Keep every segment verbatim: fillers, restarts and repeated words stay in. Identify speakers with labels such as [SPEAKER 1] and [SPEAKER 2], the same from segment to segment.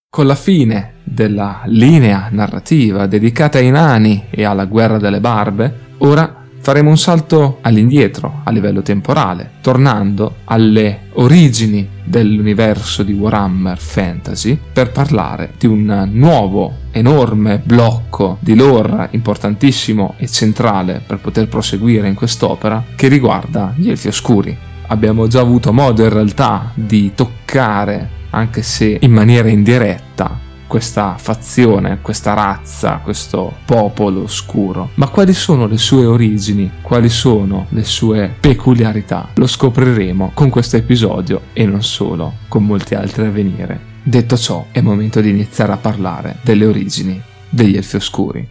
[SPEAKER 1] Con la fine della linea narrativa dedicata ai nani e alla guerra delle barbe, ora faremo un salto all'indietro a livello temporale, tornando alle origini dell'universo di Warhammer Fantasy per parlare di un nuovo enorme blocco di lore importantissimo e centrale per poter proseguire in quest'opera, che riguarda gli Elfi Oscuri. Abbiamo già avuto modo in realtà di toccare, anche se in maniera indiretta, questa fazione, questa razza, questo popolo oscuro. Ma quali sono le sue origini? Quali sono le sue peculiarità? Lo scopriremo con questo episodio e non solo, con molti altri a venire. Detto ciò, è momento di iniziare a parlare delle origini degli Elfi Oscuri.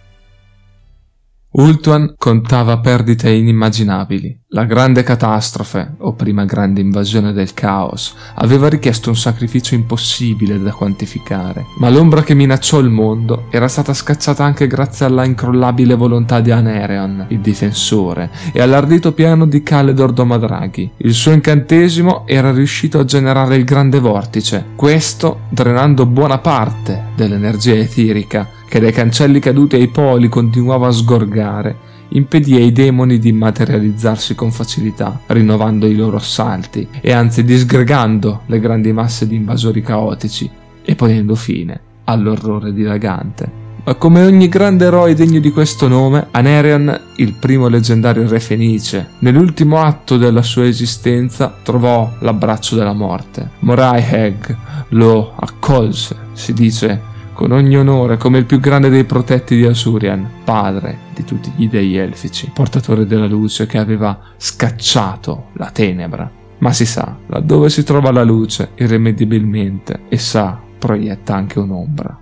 [SPEAKER 1] Ultuan contava perdite inimmaginabili. La grande catastrofe, o prima grande invasione del caos, aveva richiesto un sacrificio impossibile da quantificare, ma l'ombra che minacciò il mondo era stata scacciata anche grazie alla incrollabile volontà di Anarion, il difensore, e all'ardito piano di Caledor Domadraghi. Il suo incantesimo era riuscito a generare il grande vortice, questo drenando buona parte dell'energia etirica che dai cancelli caduti ai poli continuava a sgorgare, impedì ai demoni di materializzarsi con facilità, rinnovando i loro assalti e anzi disgregando le grandi masse di invasori caotici e ponendo fine all'orrore dilagante. Ma come ogni grande eroe degno di questo nome, Anarion, il primo leggendario re fenice, nell'ultimo atto della sua esistenza trovò l'abbraccio della morte. Morai Heg lo accolse, si dice, con ogni onore come il più grande dei protetti di Asurian, padre di tutti gli dei elfici, portatore della luce che aveva scacciato la tenebra. Ma si sa, laddove si trova la luce, irrimediabilmente, essa proietta anche un'ombra.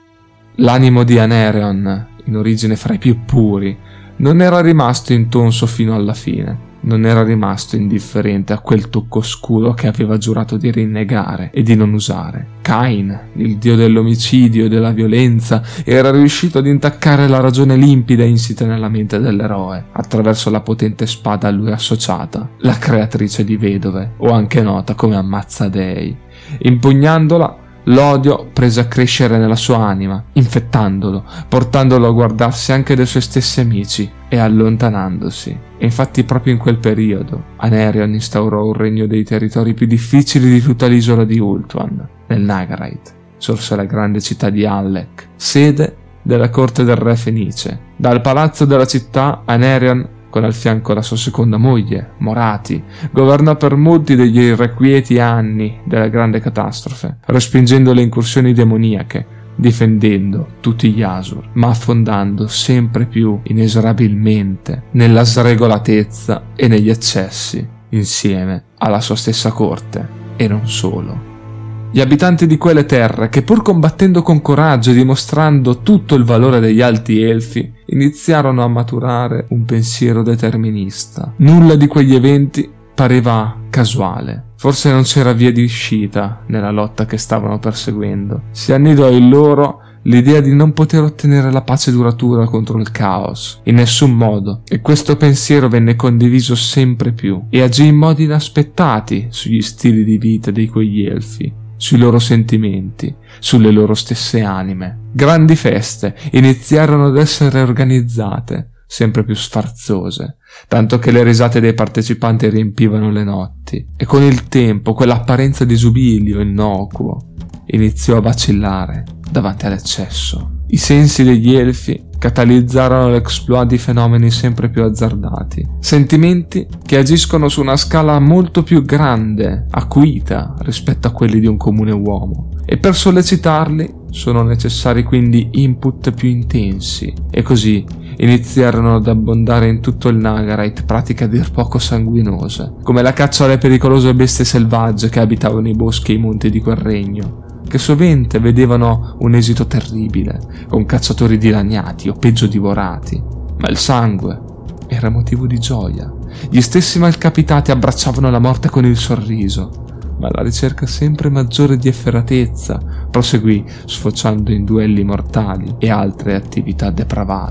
[SPEAKER 1] L'animo di Anarion, in origine fra i più puri, non era rimasto intonso fino alla fine. Non era rimasto indifferente a quel tocco oscuro che aveva giurato di rinnegare e di non usare. Cain, il dio dell'omicidio e della violenza, era riuscito ad intaccare la ragione limpida insita nella mente dell'eroe, attraverso la potente spada a lui associata, la creatrice di vedove, o anche nota come Ammazzadei. Impugnandola, l'odio prese a crescere nella sua anima, infettandolo, portandolo a guardarsi anche dai suoi stessi amici e allontanandosi. E infatti proprio in quel periodo Anarion instaurò un regno dei territori più difficili di tutta l'isola di Ultuan. Nel Nagarite sorse la grande città di Allek, sede della corte del re fenice. Dal palazzo della città Anarion, con al fianco la sua seconda moglie, Morati, governò per molti degli irrequieti anni della grande catastrofe, respingendo le incursioni demoniache, difendendo tutti gli Asur, ma affondando sempre più inesorabilmente nella sregolatezza e negli eccessi, insieme alla sua stessa corte, e non solo. Gli abitanti di quelle terre, che pur combattendo con coraggio e dimostrando tutto il valore degli alti elfi, iniziarono a maturare un pensiero determinista. Nulla di quegli eventi pareva casuale. Forse non c'era via di uscita nella lotta che stavano perseguendo. Si annidò in loro l'idea di non poter ottenere la pace duratura contro il caos, in nessun modo, e questo pensiero venne condiviso sempre più e agì in modi inaspettati sugli stili di vita di quegli elfi, sui loro sentimenti, sulle loro stesse anime. Grandi feste iniziarono ad essere organizzate, sempre più sfarzose, tanto che le risate dei partecipanti riempivano le notti, e con il tempo quell'apparenza di giubilio innocuo iniziò a vacillare davanti all'eccesso. I sensi degli elfi catalizzarono l'exploit di fenomeni sempre più azzardati, sentimenti che agiscono su una scala molto più grande, acuita rispetto a quelli di un comune uomo, e per sollecitarli sono necessari quindi input più intensi, e così iniziarono ad abbondare in tutto il Nagarite pratiche a dir poco sanguinose, come la caccia alle pericolose bestie selvagge che abitavano i boschi e i monti di quel regno, che sovente vedevano un esito terribile, con cacciatori dilaniati o peggio divorati, ma il sangue era motivo di gioia. Gli stessi malcapitati abbracciavano la morte con il sorriso, ma la ricerca sempre maggiore di efferatezza proseguì, sfociando in duelli mortali e altre attività depravate.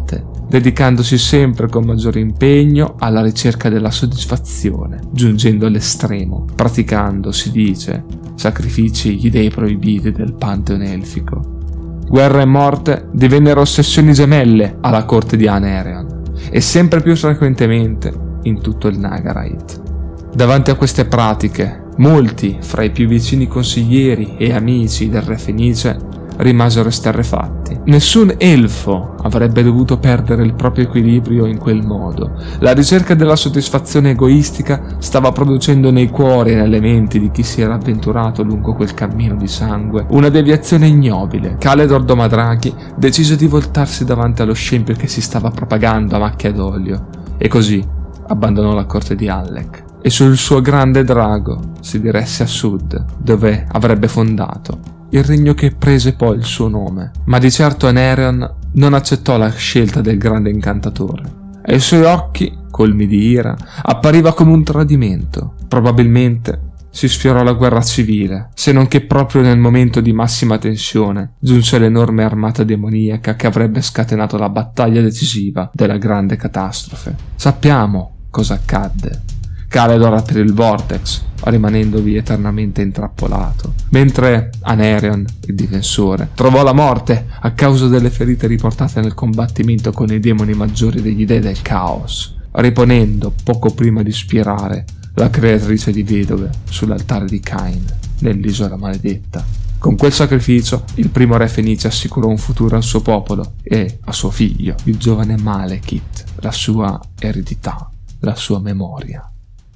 [SPEAKER 1] dedicandosi sempre con maggiore impegno alla ricerca della soddisfazione, giungendo all'estremo, praticando, si dice, sacrifici agli dei proibiti del pantheon elfico. Guerra e morte divennero ossessioni gemelle alla corte di Anarion e sempre più frequentemente in tutto il Nagarite. Davanti a queste pratiche, molti fra i più vicini consiglieri e amici del re Fenice rimasero esterrefatti. Nessun elfo avrebbe dovuto perdere il proprio equilibrio in quel modo. La ricerca della soddisfazione egoistica stava producendo nei cuori e nelle menti di chi si era avventurato lungo quel cammino di sangue una deviazione ignobile. Caledor Domadraghi decise di voltarsi davanti allo scempio che si stava propagando a macchia d'olio e così abbandonò la corte di Allek e sul suo grande drago si diresse a sud, dove avrebbe fondato il regno che prese poi il suo nome. Ma di certo Anarion non accettò la scelta del grande incantatore. Ai suoi occhi, colmi di ira, appariva come un tradimento. Probabilmente si sfiorò la guerra civile, se non che proprio nel momento di massima tensione giunse l'enorme armata demoniaca che avrebbe scatenato la battaglia decisiva della grande catastrofe. Sappiamo cosa accadde. Caledor aprì il vortex, rimanendovi eternamente intrappolato, mentre Anarion, il difensore, trovò la morte a causa delle ferite riportate nel combattimento con i demoni maggiori degli dei del caos, riponendo, poco prima di spirare, la creatrice di vedove sull'altare di Cain, nell'isola maledetta. Con quel sacrificio, il primo re Fenice assicurò un futuro al suo popolo e a suo figlio, il giovane Malekith, la sua eredità, la sua memoria.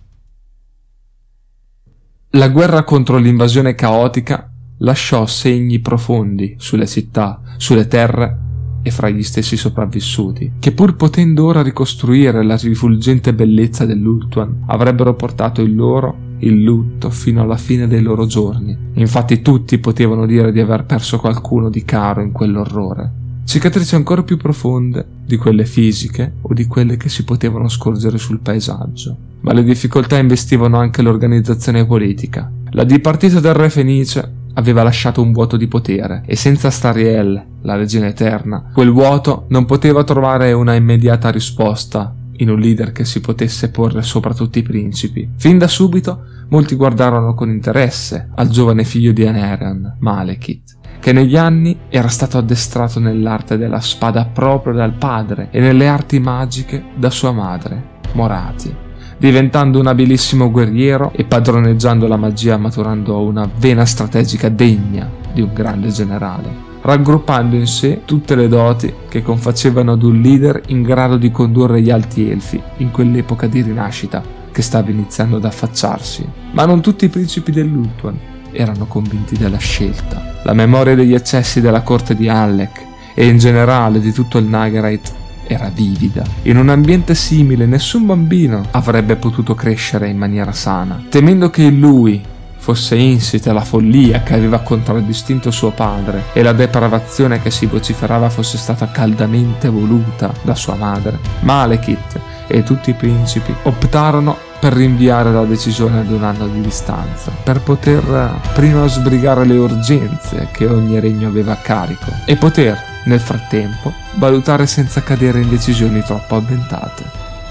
[SPEAKER 1] La guerra contro l'invasione caotica lasciò segni profondi sulle città, sulle terre e fra gli stessi sopravvissuti, che pur potendo ora ricostruire la rifulgente bellezza dell'Ultuan, avrebbero portato il loro il lutto fino alla fine dei loro giorni. Infatti tutti potevano dire di aver perso qualcuno di caro in quell'orrore. Cicatrici ancora più profonde di quelle fisiche o di quelle che si potevano scorgere sul paesaggio. Ma le difficoltà investivano anche l'organizzazione politica. La dipartita del re Fenice aveva lasciato un vuoto di potere e senza Stariel, la regina eterna, quel vuoto non poteva trovare una immediata risposta in un leader che si potesse porre sopra tutti i principi. Fin da subito molti guardarono con interesse al giovane figlio di Anarion, Malekith, che negli anni era stato addestrato nell'arte della spada proprio dal padre e nelle arti magiche da sua madre, Morathi, diventando un abilissimo guerriero e padroneggiando la magia, maturando una vena strategica degna di un grande generale, raggruppando in sé tutte le doti che confacevano ad un leader in grado di condurre gli alti elfi in quell'epoca di rinascita che stava iniziando ad affacciarsi. Ma non tutti i principi dell'Ultuan erano convinti della scelta. La memoria degli eccessi della corte di Allek e in generale di tutto il Nagarite era vivida. In un ambiente simile nessun bambino avrebbe potuto crescere in maniera sana. Temendo che in lui fosse insita la follia che aveva contraddistinto suo padre e la depravazione che si vociferava fosse stata caldamente voluta da sua madre, Malekith e tutti i principi optarono per rinviare la decisione ad un anno di distanza, per poter prima sbrigare le urgenze che ogni regno aveva a carico e poter, nel frattempo, valutare senza cadere in decisioni troppo avventate.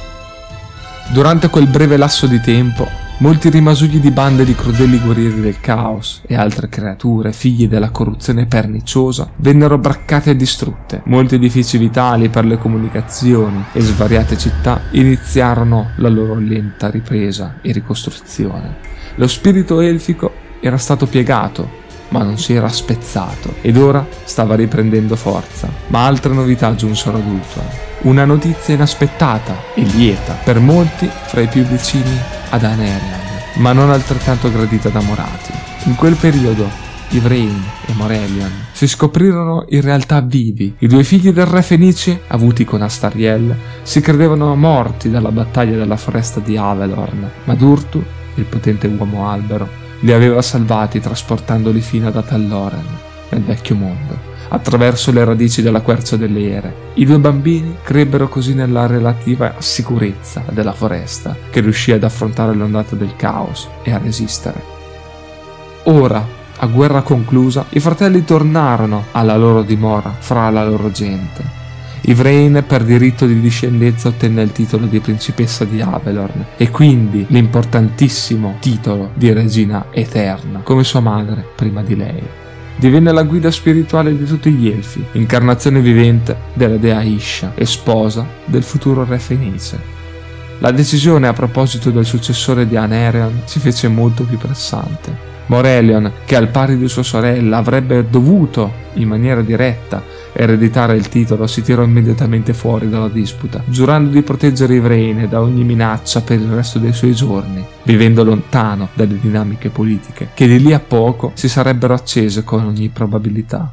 [SPEAKER 1] Durante quel breve lasso di tempo, molti rimasugli di bande di crudeli guerrieri del caos e altre creature, figli della corruzione perniciosa, vennero braccate e distrutte. Molti edifici vitali per le comunicazioni e svariate città iniziarono la loro lenta ripresa e ricostruzione. Lo spirito elfico era stato piegato, ma non si era spezzato, ed ora stava riprendendo forza. Ma altre novità giunsero ad Ultuan. Una notizia inaspettata e lieta per molti fra i più vicini ad Anarion, ma non altrettanto gradita da Morathi. In quel periodo Ivrain e Morelion si scoprirono in realtà vivi. I due figli del re Fenice, avuti con Astariel, si credevano morti dalla battaglia della foresta di Avelorn, ma Durtu, il potente uomo albero, li aveva salvati trasportandoli fino ad Atalloren, nel vecchio mondo, attraverso le radici della quercia delle Ere. I due bambini crebbero così nella relativa sicurezza della foresta, che riuscì ad affrontare l'ondata del caos e a resistere. Ora, a guerra conclusa, i fratelli tornarono alla loro dimora fra la loro gente. Yvraine per diritto di discendenza ottenne il titolo di principessa di Avelorn e quindi l'importantissimo titolo di regina eterna, come sua madre prima di lei. Divenne la guida spirituale di tutti gli elfi, incarnazione vivente della dea Isha e sposa del futuro re Fenice. La decisione a proposito del successore di Anarion si fece molto più pressante. Morelion, che al pari di sua sorella avrebbe dovuto, in maniera diretta, ereditare il titolo, si tirò immediatamente fuori dalla disputa, giurando di proteggere Yvraine da ogni minaccia per il resto dei suoi giorni, vivendo lontano dalle dinamiche politiche, che di lì a poco si sarebbero accese con ogni probabilità.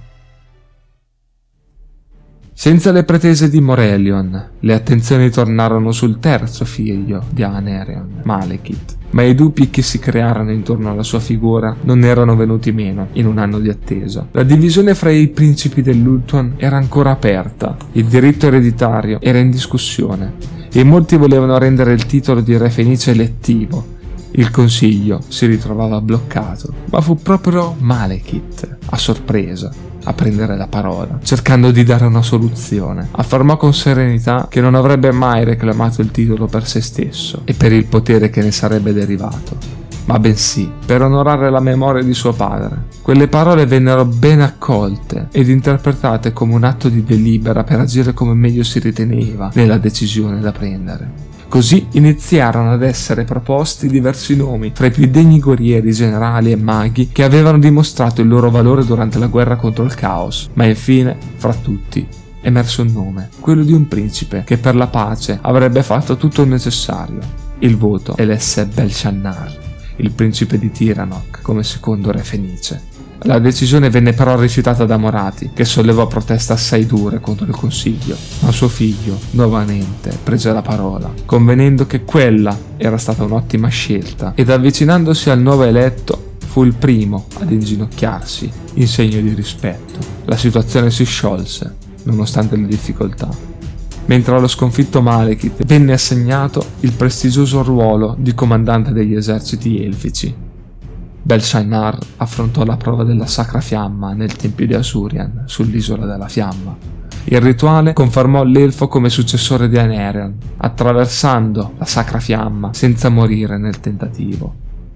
[SPEAKER 1] Senza le pretese di Morelion, le attenzioni tornarono sul terzo figlio di Anarion, Malekith, ma i dubbi che si crearono intorno alla sua figura non erano venuti meno in un anno di attesa. La divisione fra i principi dell'Ultuan era ancora aperta, il diritto ereditario era in discussione e molti volevano rendere il titolo di re Fenice elettivo. Il consiglio si ritrovava bloccato, ma fu proprio Malekith, a sorpresa, a prendere la parola, cercando di dare una soluzione. Affermò con serenità che non avrebbe mai reclamato il titolo per se stesso e per il potere che ne sarebbe derivato, ma bensì per onorare la memoria di suo padre. Quelle parole vennero ben accolte ed interpretate come un atto di delibera per agire come meglio si riteneva nella decisione da prendere. Così iniziarono ad essere proposti diversi nomi fra i più degni guerrieri, generali e maghi che avevano dimostrato il loro valore durante la guerra contro il caos, ma infine, fra tutti, emerse un nome, quello di un principe che per la pace avrebbe fatto tutto il necessario. Il voto elesse Belshannar, il principe di Tiranoc, come secondo re Fenice. La decisione venne però rifiutata da Morathi, che sollevò proteste assai dure contro il consiglio, ma suo figlio nuovamente prese la parola, convenendo che quella era stata un'ottima scelta, ed avvicinandosi al nuovo eletto fu il primo ad inginocchiarsi in segno di rispetto. La situazione si sciolse, nonostante le difficoltà, mentre allo sconfitto Malekith venne assegnato il prestigioso ruolo di comandante degli eserciti elfici. Belshannar affrontò la prova della Sacra Fiamma nel Tempio di Asurian, sull'isola della Fiamma. Il rituale confermò l'elfo come successore di Anarion, attraversando la Sacra Fiamma senza morire nel tentativo.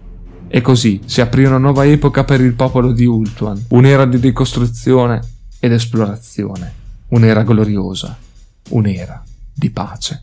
[SPEAKER 1] E così si aprì una nuova epoca per il popolo di Ultuan, un'era di ricostruzione ed esplorazione, un'era gloriosa, un'era di pace.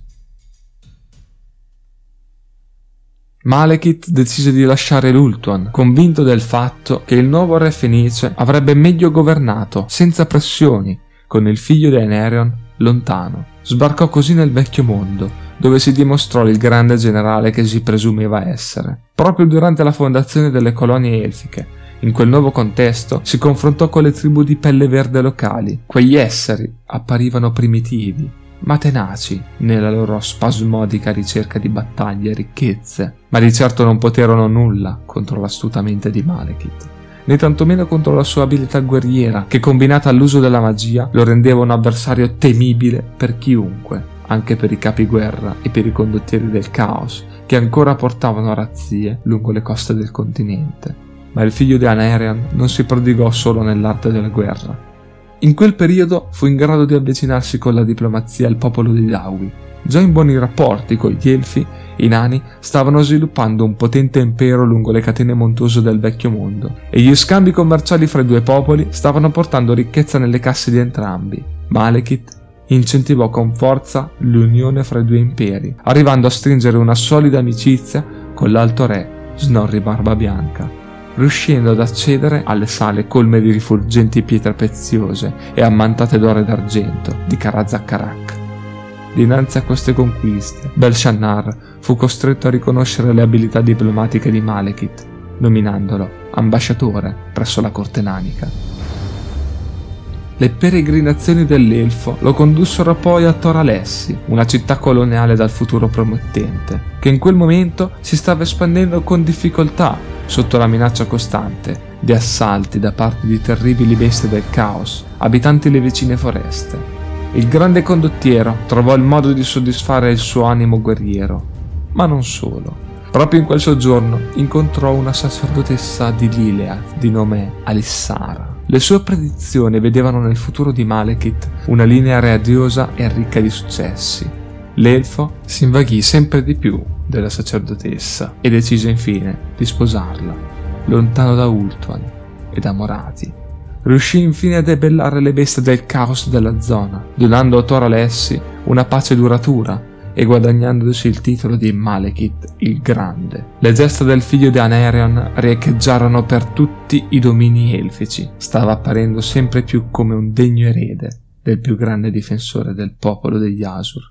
[SPEAKER 1] Malekith decise di lasciare l'Ultuan, convinto del fatto che il nuovo re Fenice avrebbe meglio governato, senza pressioni, con il figlio di Anarion lontano. Sbarcò così nel vecchio mondo, dove si dimostrò il grande generale che si presumeva essere. Proprio durante la fondazione delle colonie elfiche, in quel nuovo contesto, si confrontò con le tribù di pelle verde locali. Quegli esseri apparivano primitivi, ma tenaci nella loro spasmodica ricerca di battaglie e ricchezze, ma di certo non poterono nulla contro l'astuta mente di Malekith, né tantomeno contro la sua abilità guerriera, che combinata all'uso della magia lo rendeva un avversario temibile per chiunque, anche per i capi guerra e per i condottieri del caos, che ancora portavano razzie lungo le coste del continente. Ma il figlio di Anarion non si prodigò solo nell'arte della guerra. In quel periodo fu in grado di avvicinarsi con la diplomazia al popolo di Dawi. Già in buoni rapporti con gli elfi, i nani stavano sviluppando un potente impero lungo le catene montuose del vecchio mondo, e gli scambi commerciali fra i due popoli stavano portando ricchezza nelle casse di entrambi. Malekith incentivò con forza l'unione fra i due imperi, arrivando a stringere una solida amicizia con l'alto re Snorri Barbabianca, riuscendo ad accedere alle sale colme di rifulgenti pietre preziose e ammantate d'oro e d'argento di Karazakkarak. Dinanzi a queste conquiste, Belshannar fu costretto a riconoscere le abilità diplomatiche di Malekith, nominandolo ambasciatore presso la corte nanica. Le peregrinazioni dell'elfo lo condussero poi a Tor Alessi, una città coloniale dal futuro promettente, che in quel momento si stava espandendo con difficoltà sotto la minaccia costante di assalti da parte di terribili bestie del caos, abitanti le vicine foreste. Il grande condottiero trovò il modo di soddisfare il suo animo guerriero, ma non solo. Proprio in quel soggiorno incontrò una sacerdotessa di Liliath di nome Alissara, Le sue predizioni vedevano nel futuro di Malekith una linea radiosa e ricca di successi. L'elfo si invaghì sempre di più della sacerdotessa e decise infine di sposarla, lontano da Ulthuan e da Morathi. Riuscì infine a debellare le bestie del caos della zona, donando a Thor Alessi una pace duratura e guadagnandosi il titolo di Malekith il Grande. Le gesta del figlio di Anarion riecheggiarono per tutti i domini elfici. Stava apparendo sempre più come un degno erede del più grande difensore del popolo degli Asur.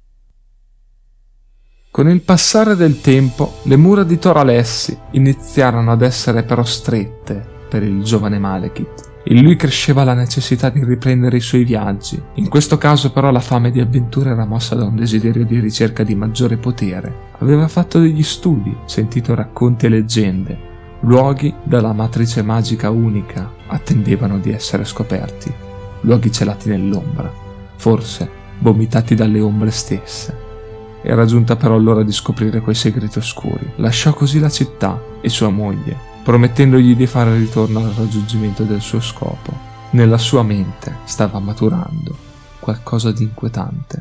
[SPEAKER 1] Con il passare del tempo, le mura di Thor Alessi iniziarono ad essere però strette per il giovane Malekith. In lui cresceva la necessità di riprendere i suoi viaggi. In questo caso però la fame di avventura era mossa da un desiderio di ricerca di maggiore potere. Aveva fatto degli studi, sentito racconti e leggende. Luoghi dalla matrice magica unica attendevano di essere scoperti. Luoghi celati nell'ombra, forse vomitati dalle ombre stesse. Era giunta però l'ora di scoprire quei segreti oscuri. Lasciò così la città e sua moglie, promettendogli di fare ritorno al raggiungimento del suo scopo. Nella sua mente stava maturando qualcosa di inquietante.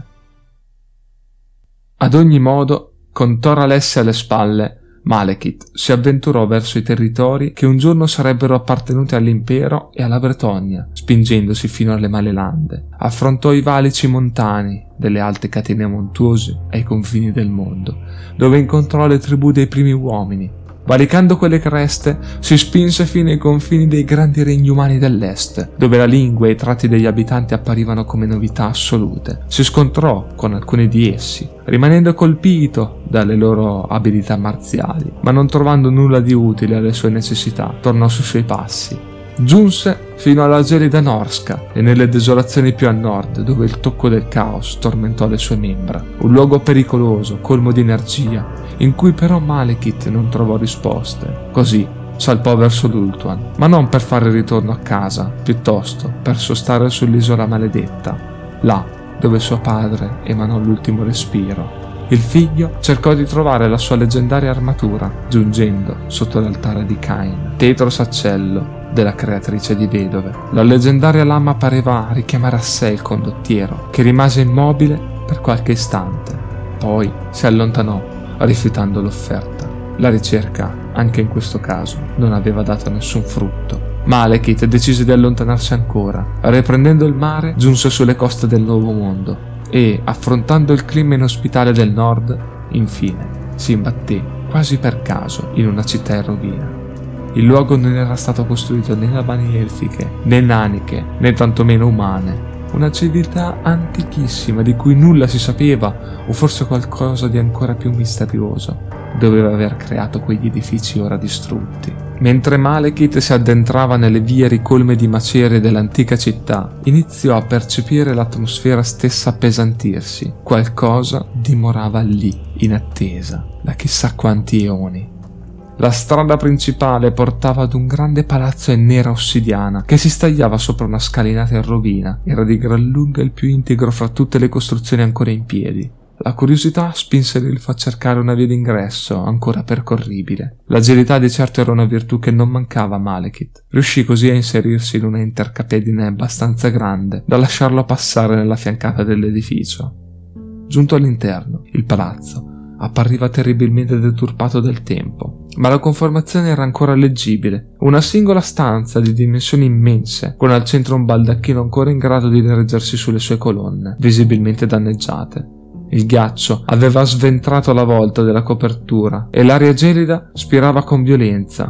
[SPEAKER 1] Ad ogni modo, con Thor Alessi alle spalle, Malekith si avventurò verso i territori che un giorno sarebbero appartenuti all'impero e alla Bretogna, spingendosi fino alle Malelande. Affrontò i valici montani delle alte catene montuose ai confini del mondo, dove incontrò le tribù dei primi uomini. Valicando quelle creste, si spinse fino ai confini dei grandi regni umani dell'est, dove la lingua e i tratti degli abitanti apparivano come novità assolute. Si scontrò con alcuni di essi, rimanendo colpito dalle loro abilità marziali, ma non trovando nulla di utile alle sue necessità, tornò sui suoi passi. Giunse fino alla gelida Norska e nelle desolazioni più a nord, dove il tocco del caos tormentò le sue membra. Un luogo pericoloso, colmo di energia, in cui però Malekith non trovò risposte. Così salpò verso l'Ulthuan, ma non per fare ritorno a casa, piuttosto per sostare sull'isola maledetta, là dove suo padre emanò l'ultimo respiro. Il figlio cercò di trovare la sua leggendaria armatura, giungendo sotto l'altare di Cain, tetro saccello della creatrice di vedove. La leggendaria lama pareva richiamare a sé il condottiero, che rimase immobile per qualche istante. Poi si allontanò, rifiutando l'offerta. La ricerca, anche in questo caso, non aveva dato nessun frutto. Malekith decise di allontanarsi ancora. Riprendendo il mare, giunse sulle coste del Nuovo Mondo e, affrontando il clima inospitale del nord, infine si imbatté, quasi per caso, in una città in rovina. Il luogo non era stato costruito né da mani elfiche, né naniche, né tantomeno umane. Una civiltà antichissima di cui nulla si sapeva, o forse qualcosa di ancora più misterioso, doveva aver creato quegli edifici ora distrutti. Mentre Malekith si addentrava nelle vie ricolme di macerie dell'antica città, iniziò a percepire l'atmosfera stessa appesantirsi. Qualcosa dimorava lì, in attesa, da chissà quanti eoni. La strada principale portava ad un grande palazzo in nera ossidiana che si stagliava sopra una scalinata in rovina. Era di gran lunga il più integro fra tutte le costruzioni ancora in piedi. La curiosità spinse l'elfo a cercare una via d'ingresso ancora percorribile. L'agilità di certo era una virtù che non mancava a Malekith. Riuscì così a inserirsi in una intercapedine abbastanza grande da lasciarlo passare nella fiancata dell'edificio. Giunto all'interno, il palazzo appariva terribilmente deturpato del tempo, ma la conformazione era ancora leggibile. Una singola stanza di dimensioni immense, con al centro un baldacchino ancora in grado di reggersi sulle sue colonne, visibilmente danneggiate. Il ghiaccio aveva sventrato la volta della copertura e l'aria gelida spirava con violenza.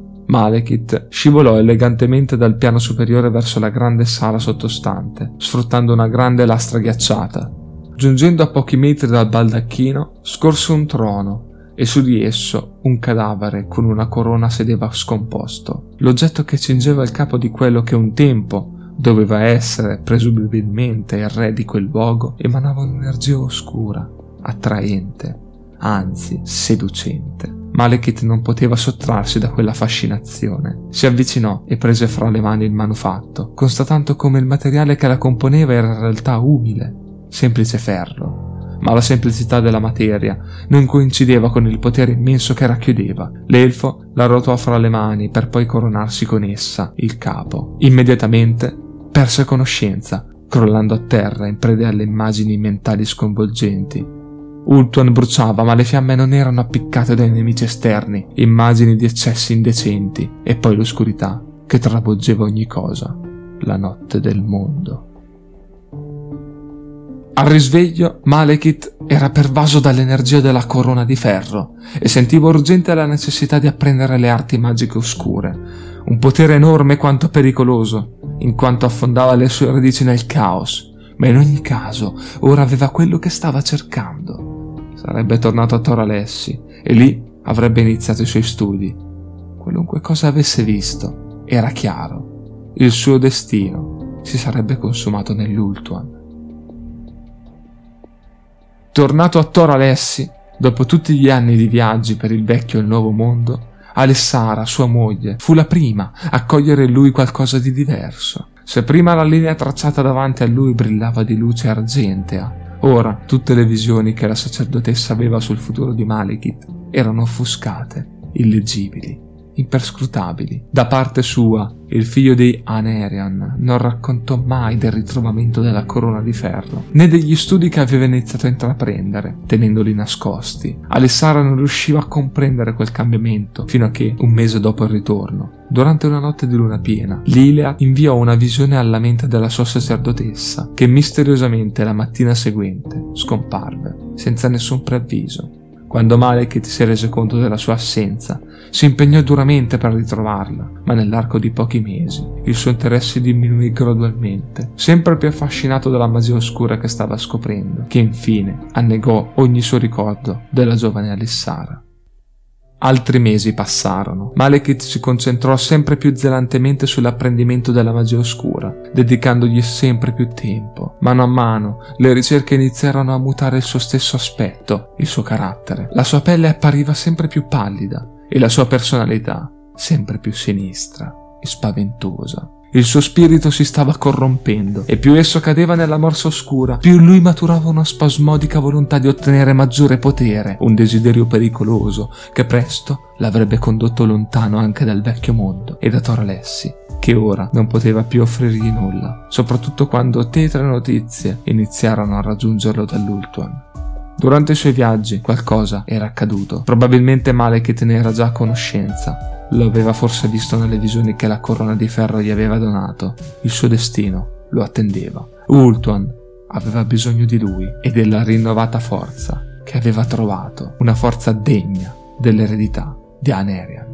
[SPEAKER 1] Malekith scivolò elegantemente dal piano superiore verso la grande sala sottostante, sfruttando una grande lastra ghiacciata. Giungendo a pochi metri dal baldacchino, scorse un trono e su di esso un cadavere con una corona sedeva scomposto. L'oggetto che cingeva il capo di quello che un tempo doveva essere presumibilmente il re di quel luogo emanava un'energia oscura, attraente, anzi seducente. Malekith non poteva sottrarsi da quella fascinazione. Si avvicinò e prese fra le mani il manufatto, constatando come il materiale che la componeva era in realtà umile, semplice ferro, ma la semplicità della materia non coincideva con il potere immenso che racchiudeva. L'elfo la rotò fra le mani per poi coronarsi con essa il capo. Immediatamente perse conoscenza, crollando a terra in preda alle immagini mentali sconvolgenti. Ultuan bruciava, ma le fiamme non erano appiccate dai nemici esterni, immagini di eccessi indecenti, e poi l'oscurità che travolgeva ogni cosa, la notte del mondo. Al risveglio, Malekith era pervaso dall'energia della corona di ferro e sentiva urgente la necessità di apprendere le arti magiche oscure, un potere enorme quanto pericoloso, in quanto affondava le sue radici nel caos, ma in ogni caso ora aveva quello che stava cercando. Sarebbe tornato a Tor Alessi e lì avrebbe iniziato i suoi studi. Qualunque cosa avesse visto era chiaro. Il suo destino si sarebbe consumato nell'Ultuan. Tornato a Tor Alessi, dopo tutti gli anni di viaggi per il vecchio e il nuovo mondo, Alessara, sua moglie, fu la prima a cogliere in lui qualcosa di diverso. Se prima la linea tracciata davanti a lui brillava di luce argentea, ora tutte le visioni che la sacerdotessa aveva sul futuro di Malekith erano offuscate, illeggibili, imperscrutabili. Da parte sua, il figlio di Anarion non raccontò mai del ritrovamento della corona di ferro, né degli studi che aveva iniziato a intraprendere, tenendoli nascosti. Alessara non riusciva a comprendere quel cambiamento, fino a che, un mese dopo il ritorno, durante una notte di luna piena, Lilia inviò una visione alla mente della sua sacerdotessa, che misteriosamente la mattina seguente scomparve, senza nessun preavviso. Quando Malekith si rese conto della sua assenza, si impegnò duramente per ritrovarla, ma nell'arco di pochi mesi il suo interesse diminuì gradualmente, sempre più affascinato dalla magia oscura che stava scoprendo, che infine annegò ogni suo ricordo della giovane Alessara. Altri mesi passarono. Malekith si concentrò sempre più zelantemente sull'apprendimento della magia oscura, dedicandogli sempre più tempo. Mano a mano le ricerche iniziarono a mutare il suo stesso aspetto, il suo carattere. La sua pelle appariva sempre più pallida e la sua personalità sempre più sinistra e spaventosa. Il suo spirito si stava corrompendo e più esso cadeva nella morsa oscura, più lui maturava una spasmodica volontà di ottenere maggiore potere, un desiderio pericoloso che presto l'avrebbe condotto lontano anche dal vecchio mondo e da Tor Alessi, che ora non poteva più offrirgli nulla, soprattutto quando tetre notizie iniziarono a raggiungerlo dall'Ultuan. Durante i suoi viaggi qualcosa era accaduto, probabilmente Malekith ne era già a conoscenza. Lo aveva forse visto nelle visioni che la corona di ferro gli aveva donato. Il suo destino lo attendeva. Ultuan aveva bisogno di lui e della rinnovata forza che aveva trovato, una forza degna dell'eredità di Anarion.